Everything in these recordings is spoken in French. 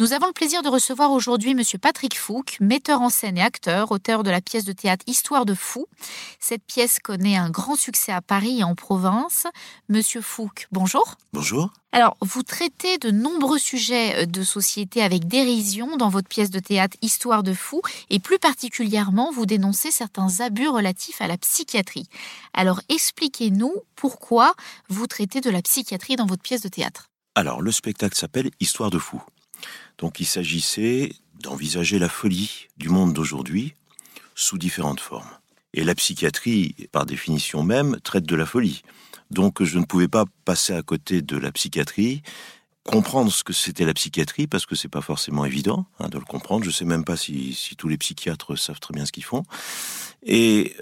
Nous avons le plaisir de recevoir aujourd'hui Monsieur Patrick Fouque, metteur en scène et acteur, auteur de la pièce de théâtre Histoire de fou. Cette pièce connaît un grand succès à Paris et en province. Monsieur Fouque, bonjour. Bonjour. Alors, vous traitez de nombreux sujets de société avec dérision dans votre pièce de théâtre Histoire de fou et plus particulièrement, vous dénoncez certains abus relatifs à la psychiatrie. Alors, expliquez-nous pourquoi vous traitez de la psychiatrie dans votre pièce de théâtre. Alors, le spectacle s'appelle Histoire de fou. Donc, il s'agissait d'envisager la folie du monde d'aujourd'hui sous différentes formes. Et la psychiatrie, par définition même, traite de la folie. Donc, je ne pouvais pas passer à côté de la psychiatrie, comprendre ce que c'était la psychiatrie, parce que c'est pas forcément évident de le comprendre. Je sais même pas si tous les psychiatres savent très bien ce qu'ils font. Et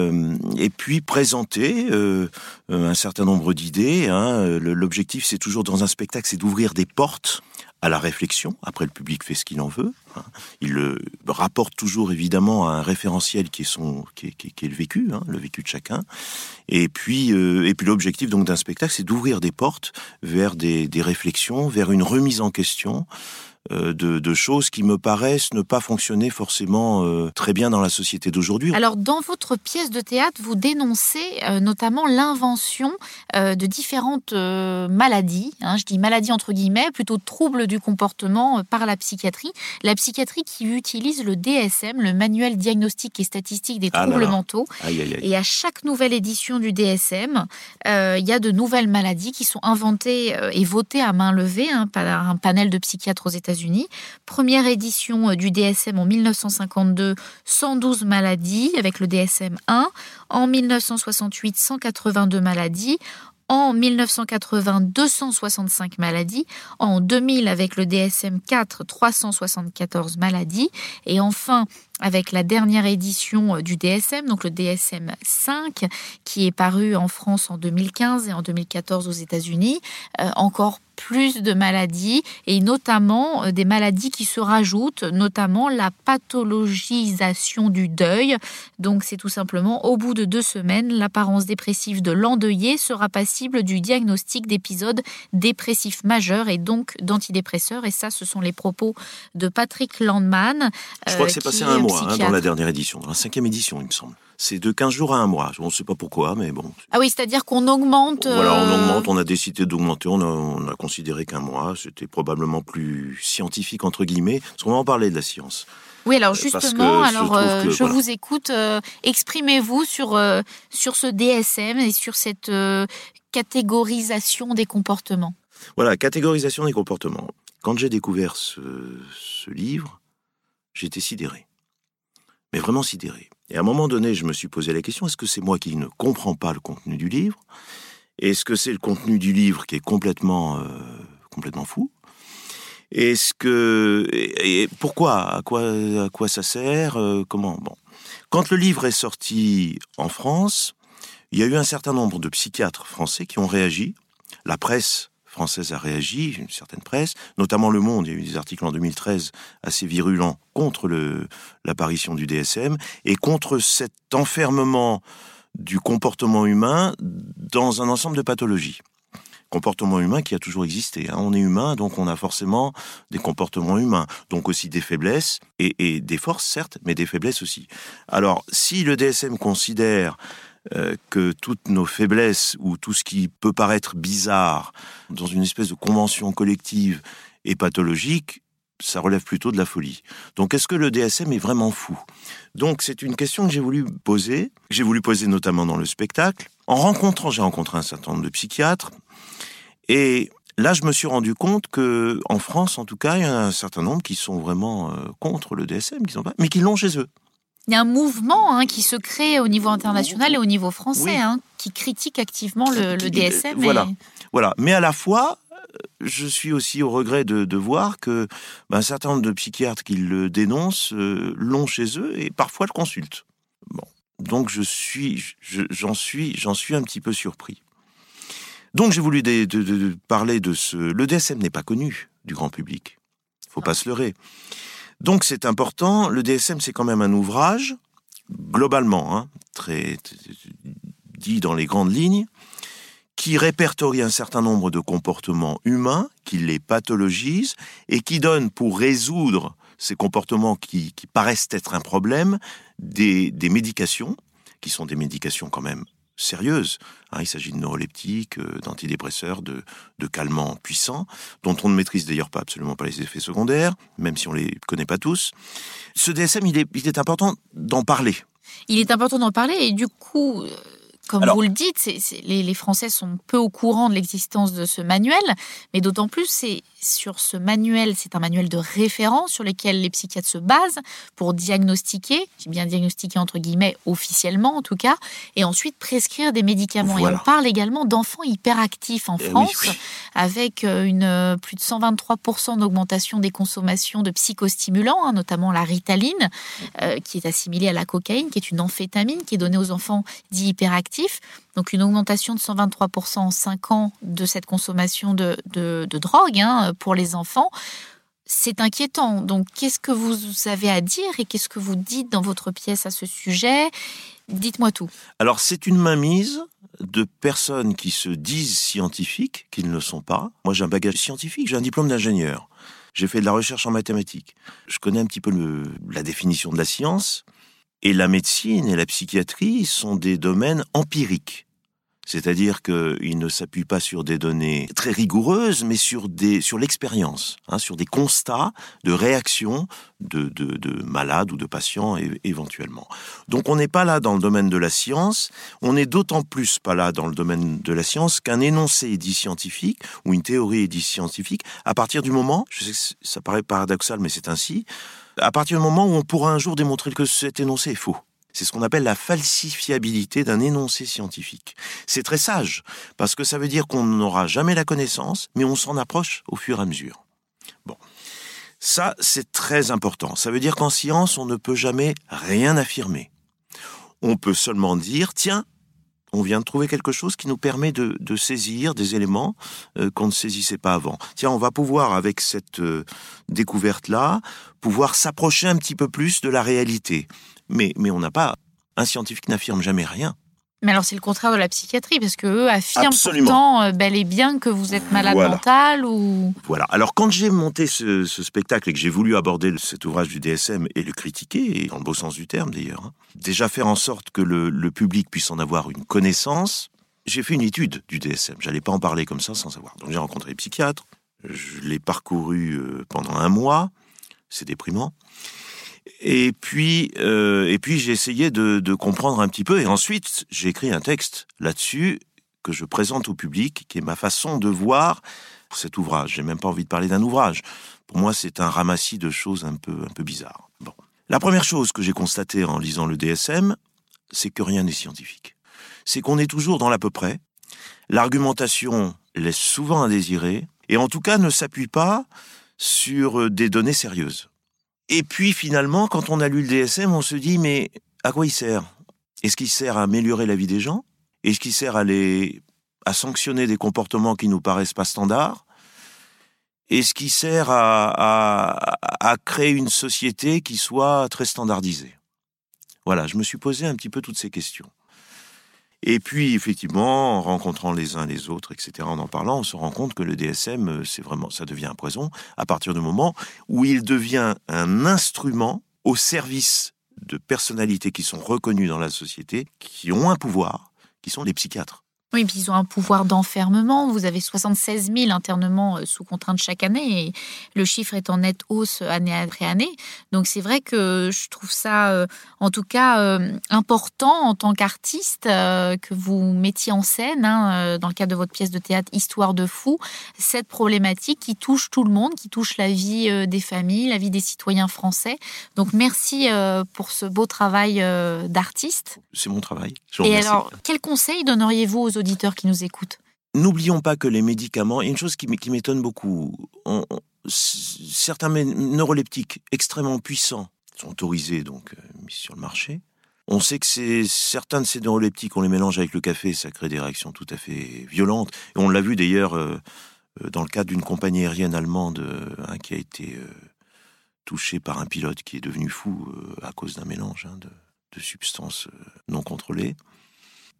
puis présenter un certain nombre d'idées. L'objectif, c'est toujours dans un spectacle, c'est d'ouvrir des portes à la réflexion. Après, le public fait ce qu'il en veut. Il le rapporte toujours évidemment à un référentiel qui est le vécu de chacun. Et puis l'objectif donc d'un spectacle, c'est d'ouvrir des portes vers des réflexions, vers une remise en question de choses qui me paraissent ne pas fonctionner forcément très bien dans la société d'aujourd'hui. Alors, dans votre pièce de théâtre, vous dénoncez notamment l'invention de différentes maladies. Je dis maladies entre guillemets, plutôt troubles du comportement par la psychiatrie. La psychiatrie qui utilise le DSM, le manuel diagnostique et statistique des troubles mentaux. Aïe, aïe, aïe. Et à chaque nouvelle édition du DSM, il y a de nouvelles maladies qui sont inventées et votées à main levée par un panel de psychiatres aux États-Unis. Première édition du DSM en 1952, 112 maladies avec le DSM 1. En 1968, 182 maladies. En 1980, 265 maladies. En 2000, avec le DSM 4, 374 maladies. Et enfin, avec la dernière édition du DSM, donc le DSM 5, qui est paru en France en 2015 et en 2014 aux États-Unis, encore plus de maladies et notamment des maladies qui se rajoutent, notamment la pathologisation du deuil. Donc c'est tout simplement au bout de 2 semaines, l'apparence dépressive de l'endeuillé sera passible du diagnostic d'épisodes dépressifs majeurs et donc d'antidépresseurs. Et ça, ce sont les propos de Patrick Landman. Je crois que c'est passé un mois dans la dernière édition, dans la 5e édition, il me semble. C'est de 15 jours à 1 mois. On ne sait pas pourquoi, mais bon. Ah oui, c'est-à-dire qu'on augmente... Voilà, on augmente, on a décidé d'augmenter, on a considéré qu'1 mois, c'était probablement plus scientifique, entre guillemets, parce qu'on va en parler de la science. Oui, alors justement, je vous écoute. Exprimez-vous sur ce DSM et sur cette catégorisation des comportements. Voilà, catégorisation des comportements. Quand j'ai découvert ce livre, j'étais sidéré. Mais vraiment sidéré. Et à un moment donné, je me suis posé la question, est-ce que c'est moi qui ne comprends pas le contenu du livre ? Est-ce que c'est le contenu du livre qui est complètement fou ? Et pourquoi ? À quoi ça sert ? Comment ? Bon. Quand le livre est sorti en France, il y a eu un certain nombre de psychiatres français qui ont réagi. La presse française a réagi, une certaine presse, notamment Le Monde. Il y a eu des articles en 2013 assez virulents contre l'apparition du DSM et contre cet enfermement du comportement humain dans un ensemble de pathologies. Comportement humain qui a toujours existé. On est humain, donc on a forcément des comportements humains, donc aussi des faiblesses et des forces, certes, mais des faiblesses aussi. Alors, si le DSM considère que toutes nos faiblesses ou tout ce qui peut paraître bizarre dans une espèce de convention collective est pathologique, ça relève plutôt de la folie. Donc est-ce que le DSM est vraiment fou ? Donc c'est une question que j'ai voulu poser notamment dans le spectacle. J'ai rencontré un certain nombre de psychiatres et là je me suis rendu compte que en France en tout cas, il y en a un certain nombre qui sont vraiment contre le DSM, mais qui l'ont chez eux. Il y a un mouvement qui se crée au niveau international et au niveau français, qui critique activement le DSM. Voilà. Mais à la fois, je suis aussi au regret de voir que un certain nombre de psychiatres qui le dénoncent l'ont chez eux et parfois le consultent. Bon, donc j'en suis un petit peu surpris. Donc j'ai voulu de parler de ce... Le DSM n'est pas connu du grand public. Il ne faut pas se leurrer. Donc c'est important, le DSM c'est quand même un ouvrage, globalement, très dit dans les grandes lignes, qui répertorie un certain nombre de comportements humains, qui les pathologise et qui donne, pour résoudre ces comportements qui paraissent être un problème, des médications, qui sont des médications quand même sérieuses. Il s'agit de neuroleptiques, d'antidépresseurs, de calmants puissants, dont on ne maîtrise d'ailleurs absolument pas les effets secondaires, même si on les connaît pas tous. Ce DSM, il est important d'en parler. Il est important d'en parler et du coup, comme vous le dites, les Français sont peu au courant de l'existence de ce manuel, mais d'autant plus, c'est sur ce manuel, c'est un manuel de référence sur lequel les psychiatres se basent pour diagnostiquer, j'ai bien diagnostiqué entre guillemets, officiellement en tout cas, et ensuite prescrire des médicaments. Voilà. Et on parle également d'enfants hyperactifs en France, oui. Avec plus de 123% d'augmentation des consommations de psychostimulants, notamment la Ritaline, qui est assimilée à la cocaïne, qui est une amphétamine qui est donnée aux enfants dits hyperactifs. Donc une augmentation de 123% en 5 ans de cette consommation de drogue pour les enfants. C'est inquiétant. Donc qu'est-ce que vous avez à dire et qu'est-ce que vous dites dans votre pièce à ce sujet ? Dites-moi tout. Alors c'est une mainmise de personnes qui se disent scientifiques, qui ne le sont pas. Moi j'ai un bagage scientifique, j'ai un diplôme d'ingénieur. J'ai fait de la recherche en mathématiques. Je connais un petit peu la définition de la science. Et la médecine et la psychiatrie sont des domaines empiriques. C'est-à-dire qu'ils ne s'appuient pas sur des données très rigoureuses, mais sur l'expérience, sur des constats de réactions de malades ou de patients éventuellement. Donc on n'est pas là dans le domaine de la science, on n'est d'autant plus pas là dans le domaine de la science qu'un énoncé est dit scientifique, ou une théorie est dit scientifique, à partir du moment, je sais que ça paraît paradoxal, mais c'est ainsi, à partir du moment où on pourra un jour démontrer que cet énoncé est faux. C'est ce qu'on appelle la falsifiabilité d'un énoncé scientifique. C'est très sage, parce que ça veut dire qu'on n'aura jamais la connaissance, mais on s'en approche au fur et à mesure. Bon, ça c'est très important. Ça veut dire qu'en science, on ne peut jamais rien affirmer. On peut seulement dire, tiens, on vient de trouver quelque chose qui nous permet de saisir des éléments qu'on ne saisissait pas avant. Tiens, on va pouvoir, avec cette découverte-là, pouvoir s'approcher un petit peu plus de la réalité. Mais on n'a pas... Un scientifique n'affirme jamais rien. Mais alors c'est le contraire de la psychiatrie, parce qu'eux affirment pourtant bel et bien que vous êtes malade mental ou... Voilà. Alors quand j'ai monté ce spectacle et que j'ai voulu aborder cet ouvrage du DSM et le critiquer, et dans le beau sens du terme d'ailleurs, déjà faire en sorte que le public puisse en avoir une connaissance, j'ai fait une étude du DSM. J'allais pas en parler comme ça sans savoir. Donc j'ai rencontré les psychiatres, je l'ai parcouru pendant 1 mois, c'est déprimant. Et puis j'ai essayé de comprendre un petit peu, et ensuite j'ai écrit un texte là-dessus que je présente au public, qui est ma façon de voir cet ouvrage. J'ai même pas envie de parler d'un ouvrage. Pour moi, c'est un ramassis de choses un peu bizarres. Bon, la première chose que j'ai constatée en lisant le DSM, c'est que rien n'est scientifique. C'est qu'on est toujours dans l'à peu près. L'argumentation laisse souvent à désirer, et en tout cas ne s'appuie pas sur des données sérieuses. Et puis finalement, quand on a lu le DSM, on se dit, mais à quoi il sert ? Est-ce qu'il sert à améliorer la vie des gens ? Est-ce qu'il sert à sanctionner des comportements qui nous paraissent pas standards ? Est-ce qu'il sert à créer une société qui soit très standardisée ? Voilà, je me suis posé un petit peu toutes ces questions. Et puis, effectivement, en rencontrant les uns les autres, etc., en parlant, on se rend compte que le DSM, ça devient un poison à partir du moment où il devient un instrument au service de personnalités qui sont reconnues dans la société, qui ont un pouvoir, qui sont les psychiatres. Oui, puis ils ont un pouvoir d'enfermement. Vous avez 76 000 internements sous contrainte chaque année et le chiffre est en nette hausse année après année. Donc c'est vrai que je trouve ça, en tout cas, important en tant qu'artiste que vous mettiez en scène, dans le cadre de votre pièce de théâtre Histoire de fou, cette problématique qui touche tout le monde, qui touche la vie des familles, la vie des citoyens français. Donc merci pour ce beau travail d'artiste. C'est mon travail. Et alors, quel conseil donneriez-vous aux auditeurs qui nous écoutent ? N'oublions pas que les médicaments, il y a une chose qui m'étonne beaucoup, certains neuroleptiques extrêmement puissants sont autorisés, donc mis sur le marché. On sait que certains de ces neuroleptiques, on les mélange avec le café, ça crée des réactions tout à fait violentes. Et on l'a vu d'ailleurs dans le cadre d'une compagnie aérienne allemande qui a été touchée par un pilote qui est devenu fou à cause d'un mélange de substances non contrôlées.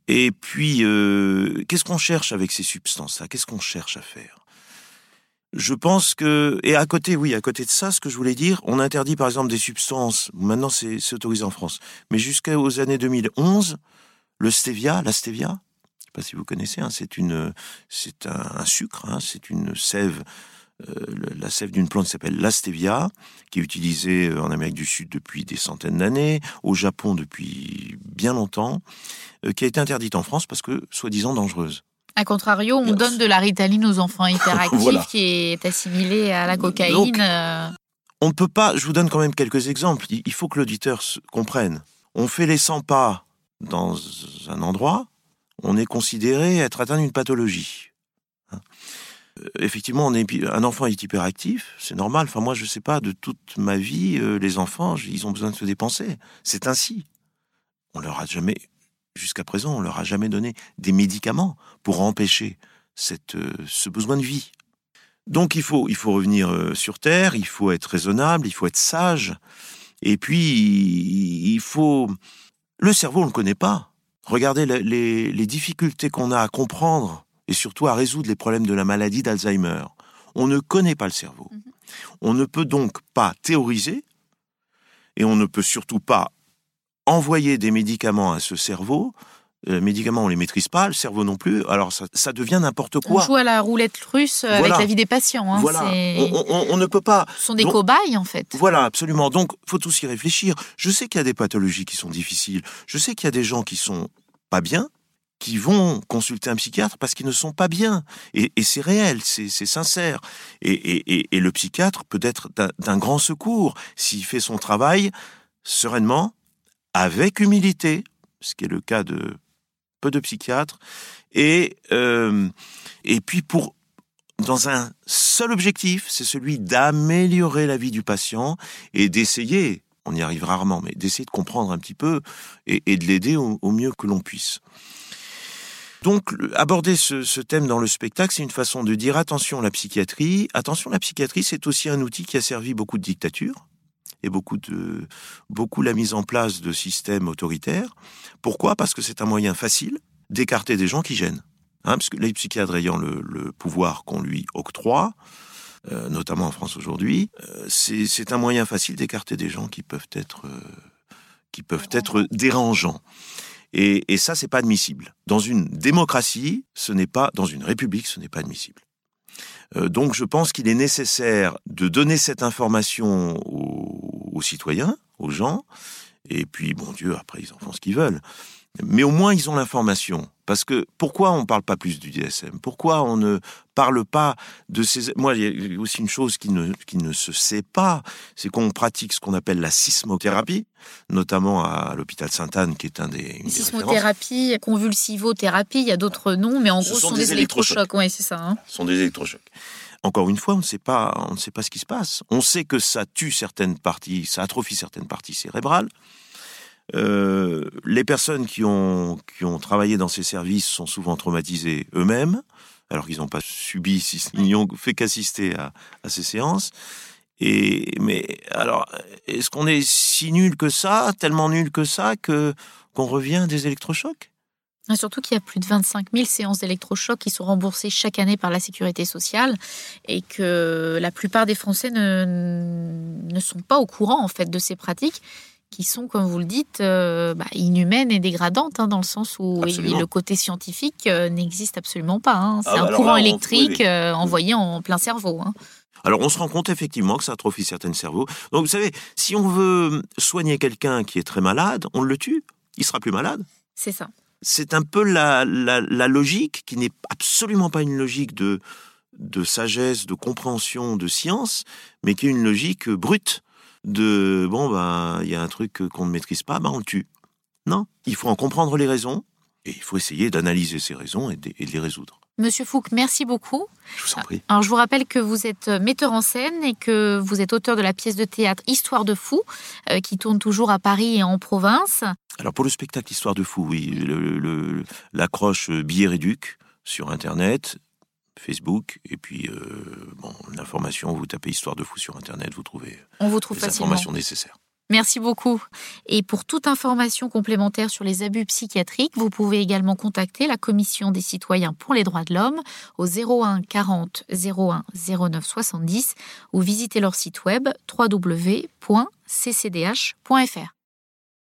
Et puis, qu'est-ce qu'on cherche avec ces substances-là? Qu'est-ce qu'on cherche à faire? Je pense que... Et à côté de ça, ce que je voulais dire, on interdit par exemple des substances, maintenant c'est autorisé en France, mais jusqu'aux années 2011, la stevia, je ne sais pas si vous connaissez, hein, c'est un sucre, hein, c'est une sève, la sève d'une plante qui s'appelle la stevia, qui est utilisée en Amérique du Sud depuis des centaines d'années, au Japon depuis bien longtemps, qui a été interdite en France parce que soi-disant dangereuse. A contrario, on donne de la Ritaline aux enfants hyperactifs voilà. Qui est assimilée à la cocaïne. Donc, on ne peut pas... Je vous donne quand même quelques exemples. Il faut que l'auditeur comprenne. On fait les 100 pas dans un endroit, on est considéré être atteint d'une pathologie. Effectivement, un enfant est hyperactif, c'est normal. Enfin, moi, je ne sais pas, de toute ma vie, les enfants, ils ont besoin de se dépenser. C'est ainsi. Jusqu'à présent, on leur a jamais donné des médicaments pour empêcher ce besoin de vie. Donc il faut revenir sur Terre, il faut être raisonnable, il faut être sage. Et puis, le cerveau, on ne le connaît pas. Regardez les difficultés qu'on a à comprendre et surtout à résoudre les problèmes de la maladie d'Alzheimer. On ne connaît pas le cerveau. On ne peut donc pas théoriser et on ne peut surtout pas envoyer des médicaments à ce cerveau. Les médicaments, on les maîtrise pas, le cerveau non plus. Alors ça devient n'importe quoi. On joue à la roulette russe avec la vie des patients. Hein. Voilà. On ne peut pas. Ce sont des cobayes en fait. Voilà, absolument. Donc faut tous y réfléchir. Je sais qu'il y a des pathologies qui sont difficiles. Je sais qu'il y a des gens qui sont pas bien, qui vont consulter un psychiatre parce qu'ils ne sont pas bien. Et c'est réel, c'est sincère. Et le psychiatre peut être d'un grand secours s'il fait son travail sereinement, avec humilité, ce qui est le cas de peu de psychiatres, et puis dans un seul objectif, c'est celui d'améliorer la vie du patient et d'essayer, on y arrive rarement, mais d'essayer de comprendre un petit peu et de l'aider au mieux que l'on puisse. Donc, aborder ce thème dans le spectacle, c'est une façon de dire attention la psychiatrie, c'est aussi un outil qui a servi beaucoup de dictatures, et beaucoup la mise en place de systèmes autoritaires. Pourquoi ? Parce que c'est un moyen facile d'écarter des gens qui gênent. Parce que les psychiatres ayant le pouvoir qu'on lui octroie, notamment en France aujourd'hui, c'est un moyen facile d'écarter des gens qui peuvent être dérangeants. Et ça, c'est pas admissible. Dans une démocratie, dans une république, ce n'est pas admissible. Donc je pense qu'il est nécessaire de donner cette information aux citoyens, aux gens, et puis, bon Dieu, après ils en font ce qu'ils veulent. Mais au moins ils ont l'information. Parce que pourquoi on ne parle pas plus du DSM ? Pourquoi on ne parle pas de ces... Moi, il y a aussi une chose qui ne se sait pas, c'est qu'on pratique ce qu'on appelle la sismothérapie, notamment à l'hôpital Sainte-Anne, qui est un des... Sismothérapie, convulsivothérapie, il y a d'autres noms, mais en gros, ce sont des électrochocs. Oui, c'est ça. Hein. Ce sont des électrochocs. Encore une fois, on ne sait pas ce qui se passe. On sait que ça tue certaines parties, ça atrophie certaines parties cérébrales. Les personnes qui ont travaillé dans ces services sont souvent traumatisées eux-mêmes, alors qu'ils n'ont pas subi, ils n'y ont fait qu'assister à ces séances. Mais alors, est-ce qu'on est si nul que ça, tellement nul que ça, qu'on revient des électrochocs ? Et surtout qu'il y a plus de 25 000 séances d'électrochocs qui sont remboursées chaque année par la Sécurité sociale et que la plupart des Français ne sont pas au courant en fait de ces pratiques qui sont, comme vous le dites, inhumaines et dégradantes, dans le sens où le côté scientifique n'existe absolument pas. C'est un courant électrique envoyé en plein cerveau. Alors, on se rend compte effectivement que ça atrophie certains cerveaux. Donc, vous savez, si on veut soigner quelqu'un qui est très malade, on le tue, il sera plus malade. C'est ça. C'est un peu la logique, qui n'est absolument pas une logique de sagesse, de compréhension, de science, mais qui est une logique brute. Il y a un truc qu'on ne maîtrise pas, on le tue. Non, il faut en comprendre les raisons et il faut essayer d'analyser ces raisons et de les résoudre. Monsieur Fouque, merci beaucoup. Je vous en prie. Alors, je vous rappelle que vous êtes metteur en scène et que vous êtes auteur de la pièce de théâtre Histoire de fou, qui tourne toujours à Paris et en province. Alors, pour le spectacle Histoire de fou, oui, l'accroche Billet Réduc sur Internet, Facebook, et puis l'information, vous tapez Histoire de fou sur Internet, vous trouvez les informations nécessaires. Merci beaucoup. Et pour toute information complémentaire sur les abus psychiatriques, vous pouvez également contacter la Commission des citoyens pour les droits de l'homme au 01 40 01 09 70 ou visiter leur site web www.ccdh.fr.